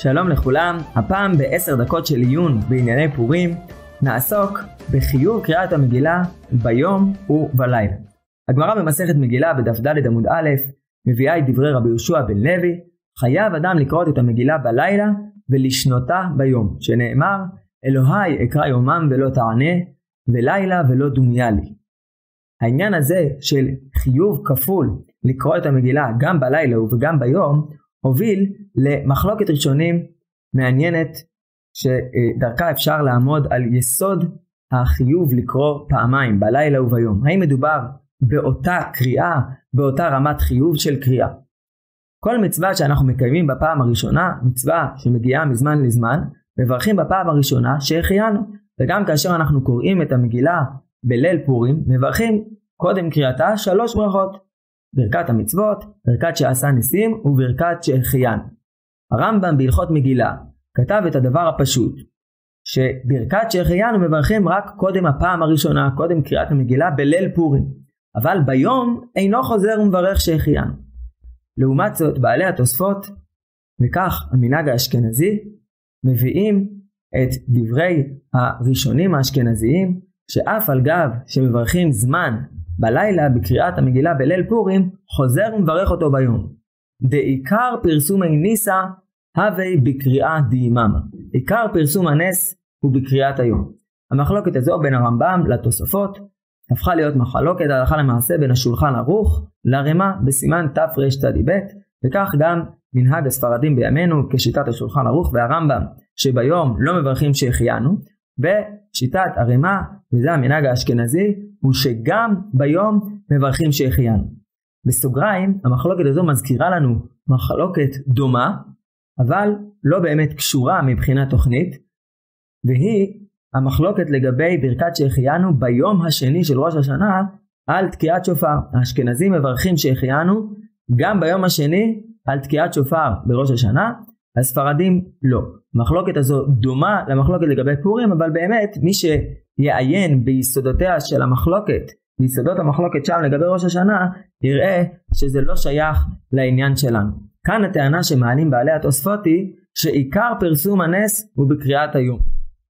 שלום לכולם, הפעם ב10 דקות של עיון בענייני פורים נעסוק בחיוב קריאת המגילה ביום ובלילה. הגמרא במסכת מגילה בדף ד' עמוד א' מביאה את דברי רבי יהושע בן לוי, חייב אדם לקרוא את המגילה בלילה ולשנותה ביום, שנאמר אלוהי אקרא יומם ולא תענה ולילה ולא דומיה לי. העניין הזה של חיוב כפול לקרוא את המגילה גם בלילה וגם ביום הוביל למחלוקת ראשונים מעניינת שדרכה אפשר לעמוד על יסוד החיוב לקרוא פעמיים בלילה וביום. האם מדובר באותה קריאה, באותה רמת חיוב של קריאה? כל מצווה שאנחנו מקיימים בפעם הראשונה, מצווה שמגיעה מזמן לזמן, מברכים בפעם הראשונה שהחיינו. וגם כאשר אנחנו קוראים את המגילה בליל פורים, מברכים קודם קריאתה 3 ברכות. ברכת המצוות, ברכת שעשה ניסים וברכת שהחיינו. הרמב"ם בהלכות מגילה כתב את הדבר הפשוט, שברכת שהחיינו מברכים רק קודם הפעם הראשונה, קודם קריאת המגילה בליל פורים. אבל ביום אינו חוזר ומברך שהחיינו. לעומת זאת בעלי התוספות, וכך המנהג האשכנזי, מביאים את דברי הראשונים האשכנזיים, שאף על גב שמברכים זמן בלילה בקריאת המגילה בליל פורים, חוזר ומברך אותו ביום. דעיקר פרסומי ניסה הווי בקריאה דאיממה. עיקר פרסום הנס הוא בקריאת היום. המחלוקת הזו בין הרמב"ם לתוספות הפכה להיות מחלוקת הלכה למעשה בין השולחן ערוך לרמ"א בסימן תרצ"ב, וכך גם מנהג הספרדים בימינו כשיטת השולחן ערוך והרמב"ם, שביום לא מברכים שהחיינו, בשיטת הרמ"א, וזה המנהג האשכנזי, הוא שגם ביום מברכים שהחיינו. בסוגריים, המחלוקת הזו מזכירה לנו מחלוקת דומה, אבל לא באמת קשורה מבחינה תוכנית, והיא המחלוקת לגבי ברכת שהחיינו ביום השני של ראש השנה על תקיעת שופר. האשכנזים מברכים שהחיינו גם ביום השני על תקיעת שופר בראש השנה, הספרדים לא. המחלוקת הזו דומה למחלוקת לגבי פורים, אבל באמת מי שיעיין ביסודותיה של המחלוקת, ביסודות המחלוקת שם לגבי ראש השנה, יראה שזה לא שייך לעניין שלנו. כאן הטענה שמעלים בעלי התוספות היא שעיקר פרסום הנס הוא בקריאת היום.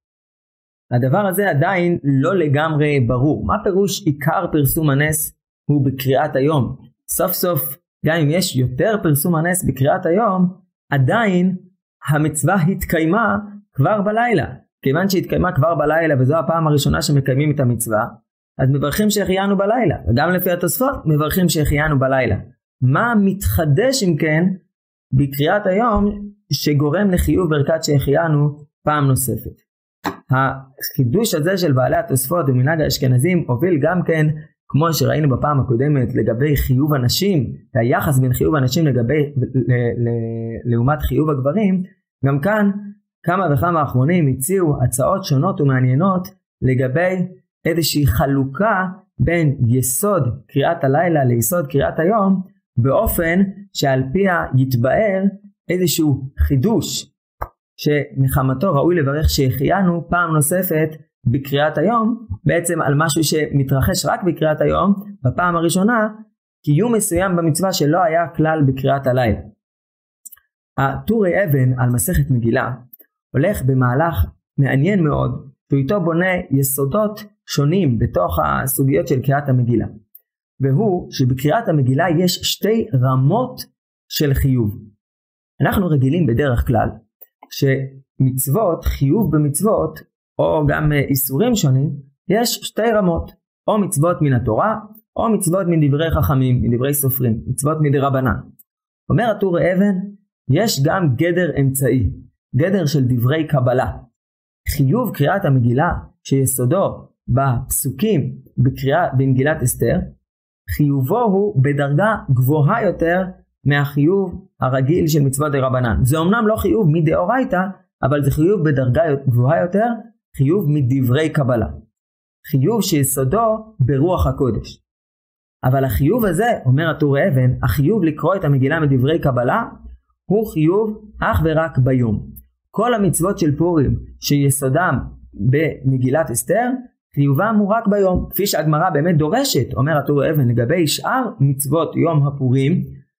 הדבר הזה עדיין לא לגמרי ברור. מה פירוש עיקר פרסום הנס הוא בקריאת היום? סוף סוף, גם אם יש יותר פרסום הנס בקריאת היום, עדיין המצווה התקיימה כבר בלילה. כיוון שהתקיימה כבר בלילה וזו הפעם הראשונה שמקיימים את המצווה, אז מברכים שהחיינו בלילה. וגם לפי התוספות מברכים שהחיינו בלילה. מה מתחדש אם כן בקריאת היום שגורם לחיוב ברכת שהחיינו פעם נוספת? החידוש הזה של בעלי התוספות ומנהג האשכנזים הוביל גם כן, כמו שראינו בפעם הקודמת לגבי חיוב הנשים, והיחס בין חיוב הנשים לעומת חיוב הגברים, גם כאן כמה וכמה האחרונים הציעו הצעות שונות ומעניינות לגבי איזושהי חלוקה בין יסוד קריאת הלילה ליסוד קריאת היום, באופן שעל פיה יתבאר איזשהו חידוש שמחמתו ראוי לברך שהחיינו פעם נוספת בקריאת היום, בעצם על משהו שמתרחש רק בקריאת היום, בפעם הראשונה קיום מסוים במצווה שלא היה כלל בקריאת הלילה. הטורי אבן על מסכת מגילה הולך במהלך מעניין מאוד, ואיתו בונה יסודות שונים בתוך הסוגיות של קריאת המגילה, והוא שבקריאת המגילה יש 2 רמות של חיוב. אנחנו רגילים בדרך כלל שמצוות, חיוב במצוות או גם איסורים שונים, יש 2 רמות, או מצוות מן התורה או מצוות מדברי חכמים, מדברי סופרים, מצוות מדרבנן. אומר הטורי אבן, יש גם גדר אמצעי, גדר של דברי קבלה. חיוב קריאת המגילה שיסודו בפסוקים במגילת אסתר, חיובו הוא בדרגה גבוהה יותר מהחיוב הרגיל של מצוות דרבנן. זה אומנם לא חיוב מדאורייתא, אבל זה חיוב בדרגה גבוהה יותר, חיוב מדברי קבלה. חיוב שיסודו ברוח הקודש. אבל החיוב הזה, אומר הטורי אבן, החיוב לקרוא את המגילה מדברי קבלה, הוא חיוב אך ורק ביום. כל המצוות של פורים שיסודם במגילת אסתר, חיובם הוא רק ביום. כפי שהגמרא באמת דורשת, אומר הטורי אבן, לגבי שאר מצוות יום הפורים,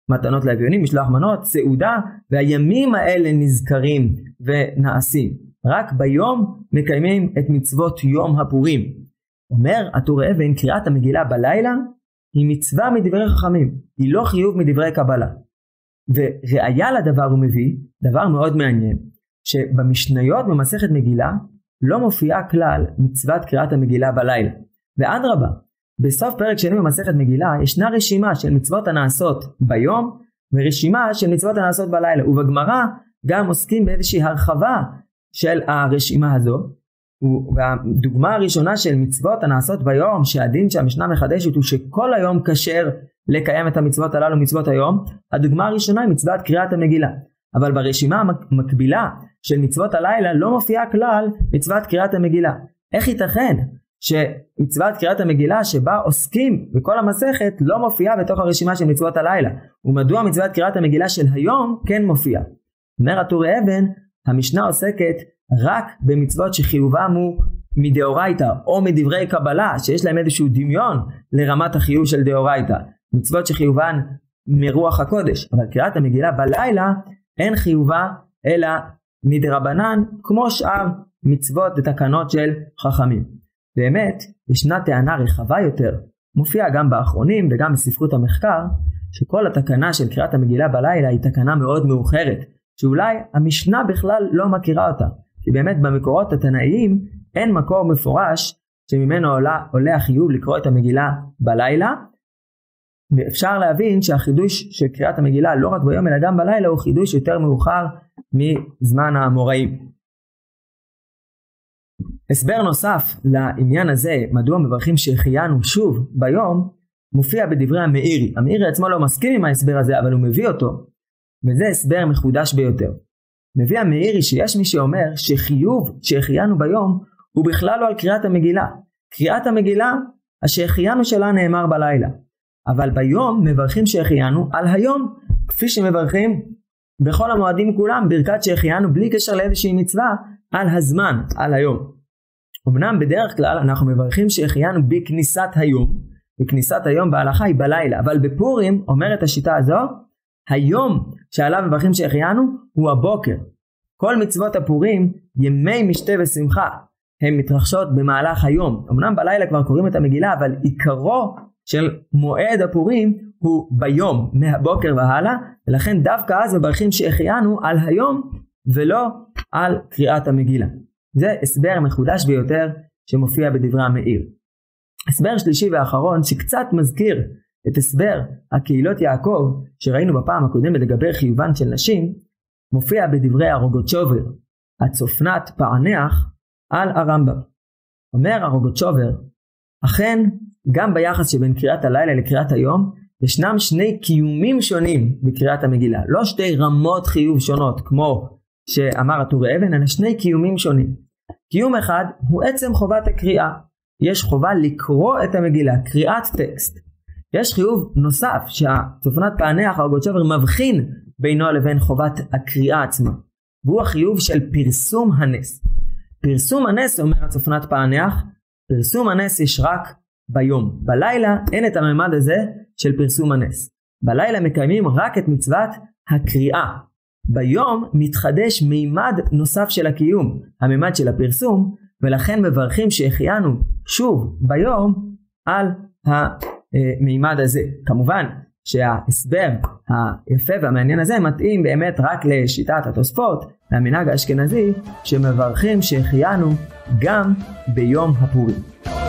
מתנות לאביונים, משלוח מנות, סעודה, והימים האלה נזכרים ונעשים. רק ביום מקיימים את מצוות יום הפורים. אומר הטור אבן, קריאת המגילה בלילה היא מצווה מדברי חכמים, היא לא חיוב מדברי קבלה. וראיה לדבר הוא מביא, דבר מאוד מעניין, שבמשניות במסכת מגילה לא מופיעה כלל מצוות קריאת המגילה בלילה. ואדרבה, בסוף פרק שני במסכת מגילה ישנה רשימה של מצוות הנעשות ביום ורשימה של מצוות הנעשות בלילה, ובגמרא גם עוסקים באיזושהי הרחבה של הרשימה הזו. והדוגמה הראשונה של מצוות הנעשות ביום שהדין שהמשנה מחדשת הוא שכל היום כשר לקיים את המצוות הללו, מצוות היום, הדוגמה הראשונה היא מצוות קריאת המגילה. אבל ברשימה המקבילה של מצוות הלילה לא מופיעה כלל מצוות קריאת המגילה. איך ייתכן שמצוות קריאת המגילה שבה עוסקים בכל המסכת לא מופיעה בתוך הרשימה של מצוות הלילה? ומדוע מצוות קריאת המגילה של היום כן מופיעה? אומר הטור אבן, המשנה עוסקת רק במצוות שחיובם הוא מדאורייתא או מדברי קבלה שיש להם איזשהו דמיון לרמת החיוב של דאורייתא, מצוות שחיובן מרוח הקודש. אבל קריאת המגילה בלילה אין חיובה אלא מדרבנן כמו שאר מצוות ותקנות של חכמים. באמת ישנה טענה רחבה יותר, מופיעה גם באחרונים וגם בספרות המחקר, שכל התקנה של קריאת המגילה בלילה היא תקנה מאוד מאוחרת, שאולי המשנה בכלל לא מכירה אותה, כי באמת במקורות התנאיים אין מקור מפורש שממנו עולה החיוב לקרוא את המגילה בלילה. ואפשר להבין שהחידוש של קריאת המגילה לא רק ביום אלא גם בלילה הוא חידוש יותר מאוחר מזמן האמוראים. הסבר נוסף לעניין הזה, מדוע מברכים שהחיינו שוב ביום, מופיע בדברי המאירי. המאירי עצמו לא מסכים עם ההסבר הזה, אבל הוא מביא אותו, וזה הסבר מחודש ביותר. מביא המאירי שיש מי שאומר שחיוב שהחיינו ביום הוא בכלל לא על קריאת המגילה. קריאת המגילה, השהחיינו שלה נאמר בלילה. אבל ביום מברכים שהחיינו על היום, כפי שמברכים בכל המועדים כולם ברכת שהחיינו בלי קשר לאיזושהי מצווה על הזמן, על היום. אמנם בדרך כלל אנחנו מברכים שהחיינו בכניסת היום, וכניסת היום בהלכה היא בלילה, אבל בפורים אומרת השיטה הזו, היום שעליו מברכים שהחיינו הוא הבוקר. כל מצוות הפורים, ימי משתה ושמחה, הן מתרחשות במהלך היום. אמנם בלילה כבר קוראים את המגילה, אבל עיקרו של מועד הפורים הוא ביום, מהבוקר והלאה, ולכן דווקא אז מברכים שהחיינו על היום ולא על קריאת המגילה. זה הסבר מחודש ביותר שמופיע בדברי המאיר. הסבר שלישי ואחרון שקצת מזכיר את הסבר הקהילות יעקב שראינו בפעם הקודמת לגבי חיובן של נשים, מופיע בדברי הרוגוצ'ובר, הצופנת פענח על הרמב"ם. אומר הרוגוצ'ובר, אכן גם ביחס שבין קריאת הלילה לקריאת היום ישנם שני קיומים שונים בקריאת המגילה, לא שתי רמות חיוב שונות כמו שאמר הטור אבן, אלא שני קיומים שונים. קיום אחד הוא עצם חובת הקריאה, יש חובה לקרוא את המגילה, קריאת טקסט. יש חיוב נוסף שהצופנת פענח הרוגוצ'ובר מבחין בינו לבין חובת הקריאה עצמה, והוא החיוב של פרסום הנס. פרסום הנס, אומר הצופנת פענח, פרסום הנס יש רק ביום. בלילה אין את הממד הזה של פרסום הנס. בלילה מקיימים רק את מצוות הקריאה. ביום מתחדש מימד נוסף של הקיום, הממד של הפרסום, ולכן מברכים שהחיינו שוב ביום על המימד הזה. כמובן שההסבר היפה והמעניין הזה מתאים באמת רק לשיטת התוספות, למנהג האשכנזי, שמברכים שהחיינו גם ביום הפורים.